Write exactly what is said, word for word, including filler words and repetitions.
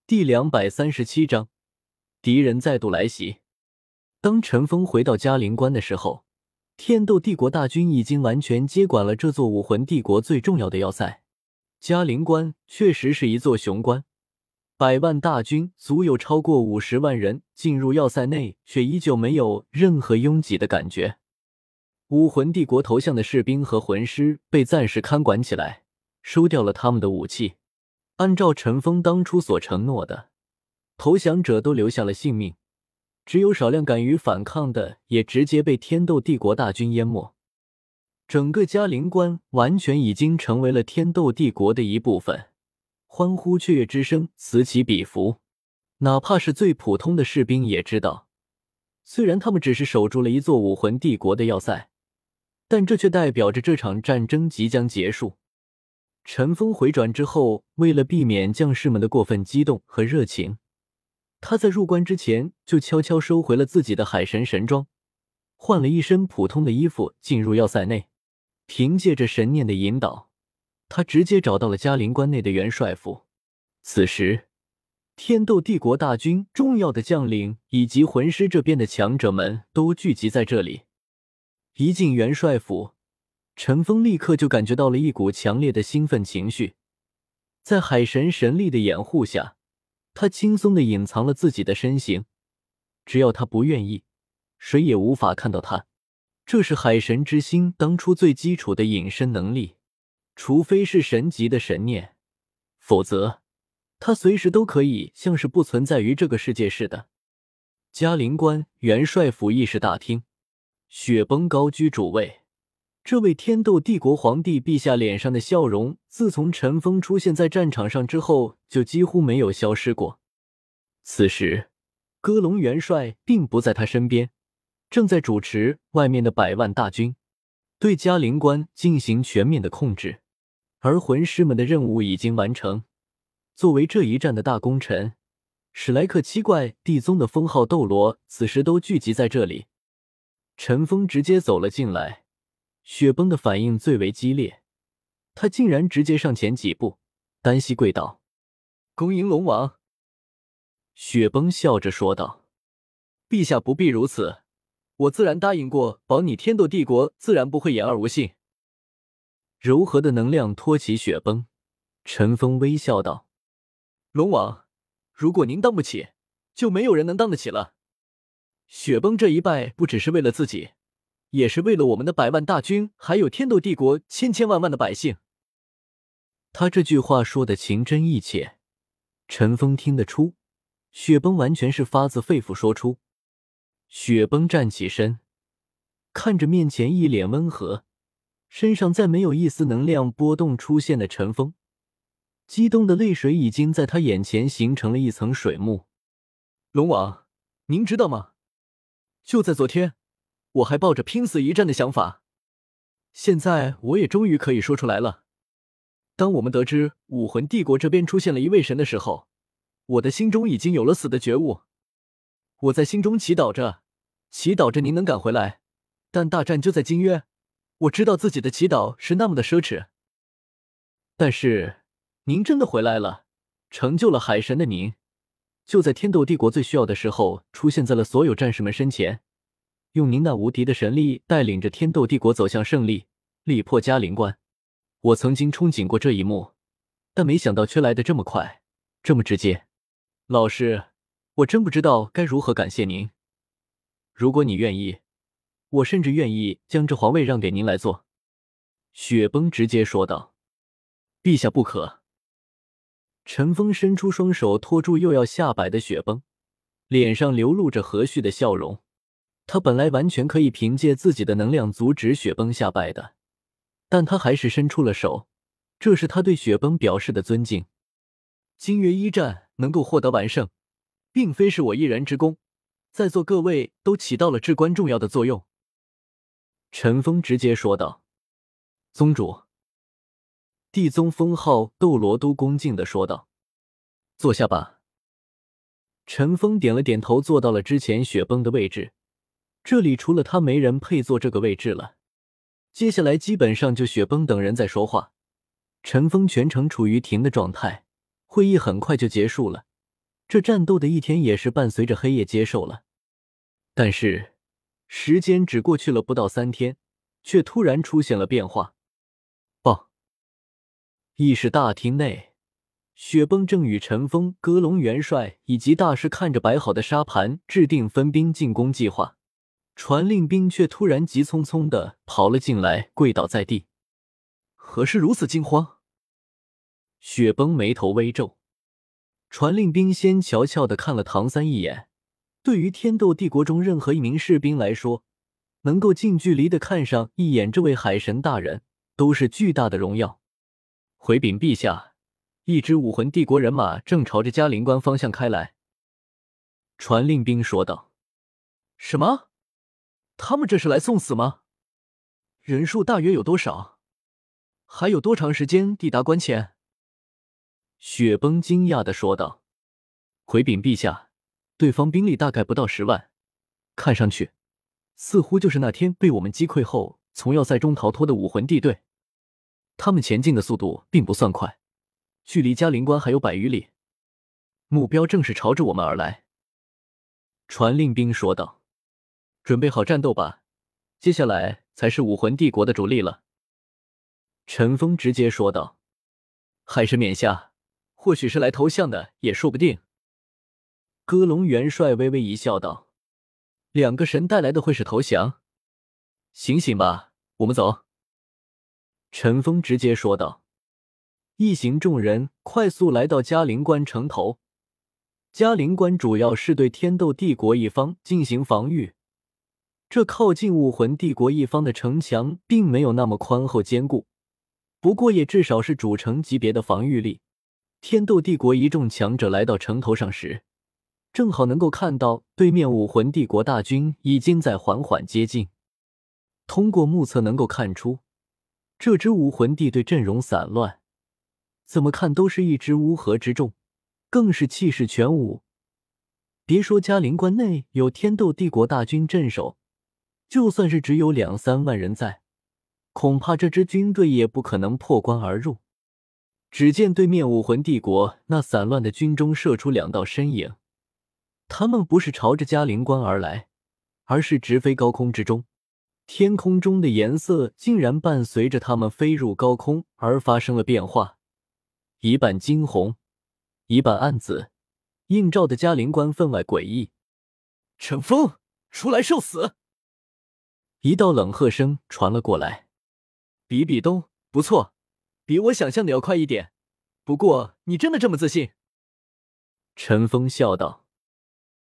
第两百三十七章，敌人再度来袭。当陈峰回到嘉陵关的时候，天斗帝国大军已经完全接管了这座武魂帝国最重要的要塞。嘉陵关确实是一座雄关，百万大军足有超过五十万人进入要塞内，却依旧没有任何拥挤的感觉。武魂帝国头像的士兵和魂师被暂时看管起来，收掉了他们的武器。按照陈峰当初所承诺的，投降者都留下了性命，只有少量敢于反抗的也直接被天斗帝国大军淹没。整个嘉陵关完全已经成为了天斗帝国的一部分，欢呼雀跃之声此起彼伏。哪怕是最普通的士兵也知道，虽然他们只是守住了一座武魂帝国的要塞，但这却代表着这场战争即将结束。陈峰回转之后，为了避免将士们的过分激动和热情，他在入关之前就悄悄收回了自己的海神神装，换了一身普通的衣服进入要塞内。凭借着神念的引导，他直接找到了嘉陵关内的元帅府。此时天斗帝国大军重要的将领以及魂师这边的强者们都聚集在这里。一进元帅府，陈峰立刻就感觉到了一股强烈的兴奋情绪。在海神神力的掩护下，他轻松地隐藏了自己的身形，只要他不愿意，谁也无法看到他。这是海神之心当初最基础的隐身能力，除非是神级的神念，否则他随时都可以像是不存在于这个世界似的。嘉陵关元帅府议事大厅，雪崩高居主位。这位天斗帝国皇帝陛下脸上的笑容，自从陈峰出现在战场上之后，就几乎没有消失过。此时，戈隆元帅并不在他身边，正在主持外面的百万大军，对嘉陵关进行全面的控制。而魂师们的任务已经完成。作为这一战的大功臣，史莱克七怪地宗的封号斗罗此时都聚集在这里。陈峰直接走了进来。雪崩的反应最为激烈，他竟然直接上前几步，单膝跪倒：“恭迎龙王。”雪崩笑着说道：“陛下不必如此，我自然答应过，保你天斗帝国自然不会言而无信。”柔和的能量托起雪崩，陈峰微笑道：“龙王，如果您当不起，就没有人能当得起了。雪崩这一拜不只是为了自己，也是为了我们的百万大军，还有天斗帝国千千万万的百姓。”他这句话说的情真意切，陈峰听得出，雪崩完全是发自肺腑说出。雪崩站起身，看着面前一脸温和，身上再没有一丝能量波动出现的陈峰，激动的泪水已经在他眼前形成了一层水幕。龙王，您知道吗？就在昨天，我还抱着拼死一战的想法，现在我也终于可以说出来了。当我们得知武魂帝国这边出现了一位神的时候，我的心中已经有了死的觉悟。我在心中祈祷着，祈祷着您能赶回来，但大战就在今约，我知道自己的祈祷是那么的奢侈。但是您真的回来了，成就了海神的您，就在天斗帝国最需要的时候，出现在了所有战士们身前，用您那无敌的神力带领着天斗帝国走向胜利，力破嘉陵关。我曾经憧憬过这一幕，但没想到却来得这么快，这么直接。老师，我真不知道该如何感谢您。如果你愿意，我甚至愿意将这皇位让给您来做。”雪崩直接说道。“陛下不可。”陈峰伸出双手托住又要下摆的雪崩，脸上流露着和煦的笑容。他本来完全可以凭借自己的能量阻止雪崩下拜的，但他还是伸出了手，这是他对雪崩表示的尊敬。今约一战能够获得完胜，并非是我一人之功，在座各位都起到了至关重要的作用。”陈峰直接说道。“宗主。”地宗封号斗罗都恭敬地说道。“坐下吧。”陈峰点了点头，坐到了之前雪崩的位置。这里除了他没人配坐这个位置了。接下来基本上就雪崩等人在说话，陈峰全程处于停的状态，会议很快就结束了。 这战斗的一天也是伴随着黑夜接受了。但是时间只过去了不到三天，却突然出现了变化。报！议事大厅内，雪崩正与陈峰、戈隆元帅以及大师看着摆好的沙盘，制定分兵进攻计划。传令兵却突然急匆匆地跑了进来，跪倒在地。何事如此惊慌？雪崩眉头微皱。传令兵先悄悄地看了唐三一眼。对于天斗帝国中任何一名士兵来说，能够近距离地看上一眼这位海神大人，都是巨大的荣耀。回禀陛下，一支武魂帝国人马正朝着嘉陵关方向开来。传令兵说道。什么？他们这是来送死吗？人数大约有多少？还有多长时间抵达关前？雪崩惊讶地说道。回禀陛下，对方兵力大概不到十万，看上去似乎就是那天被我们击溃后从要塞中逃脱的武魂帝队。他们前进的速度并不算快，距离嘉陵关还有百余里，目标正是朝着我们而来。传令兵说道。准备好战斗吧，接下来才是武魂帝国的主力了。陈峰直接说道。海神冕下，或许是来投降的也说不定。戈隆元帅微微一笑道。两个神带来的会是投降？醒醒吧，我们走。陈峰直接说道。一行众人快速来到嘉陵关城头。嘉陵关主要是对天斗帝国一方进行防御，这靠近武魂帝国一方的城墙并没有那么宽厚坚固，不过也至少是主城级别的防御力。天斗帝国一众强者来到城头上时，正好能够看到对面武魂帝国大军已经在缓缓接近。通过目测能够看出，这支武魂帝队阵容散乱，怎么看都是一支乌合之众，更是气势全无。别说嘉陵关内有天斗帝国大军镇守，就算是只有两三万人在，恐怕这支军队也不可能破关而入。只见对面武魂帝国那散乱的军中射出两道身影，他们不是朝着嘉陵关而来，而是直飞高空之中。天空中的颜色竟然伴随着他们飞入高空而发生了变化，一半金红，一半暗紫，映照的嘉陵关分外诡异。陈峰，出来受死！一道冷喝声传了过来。比比东，不错，比我想象的要快一点。不过，你真的这么自信？陈峰笑道。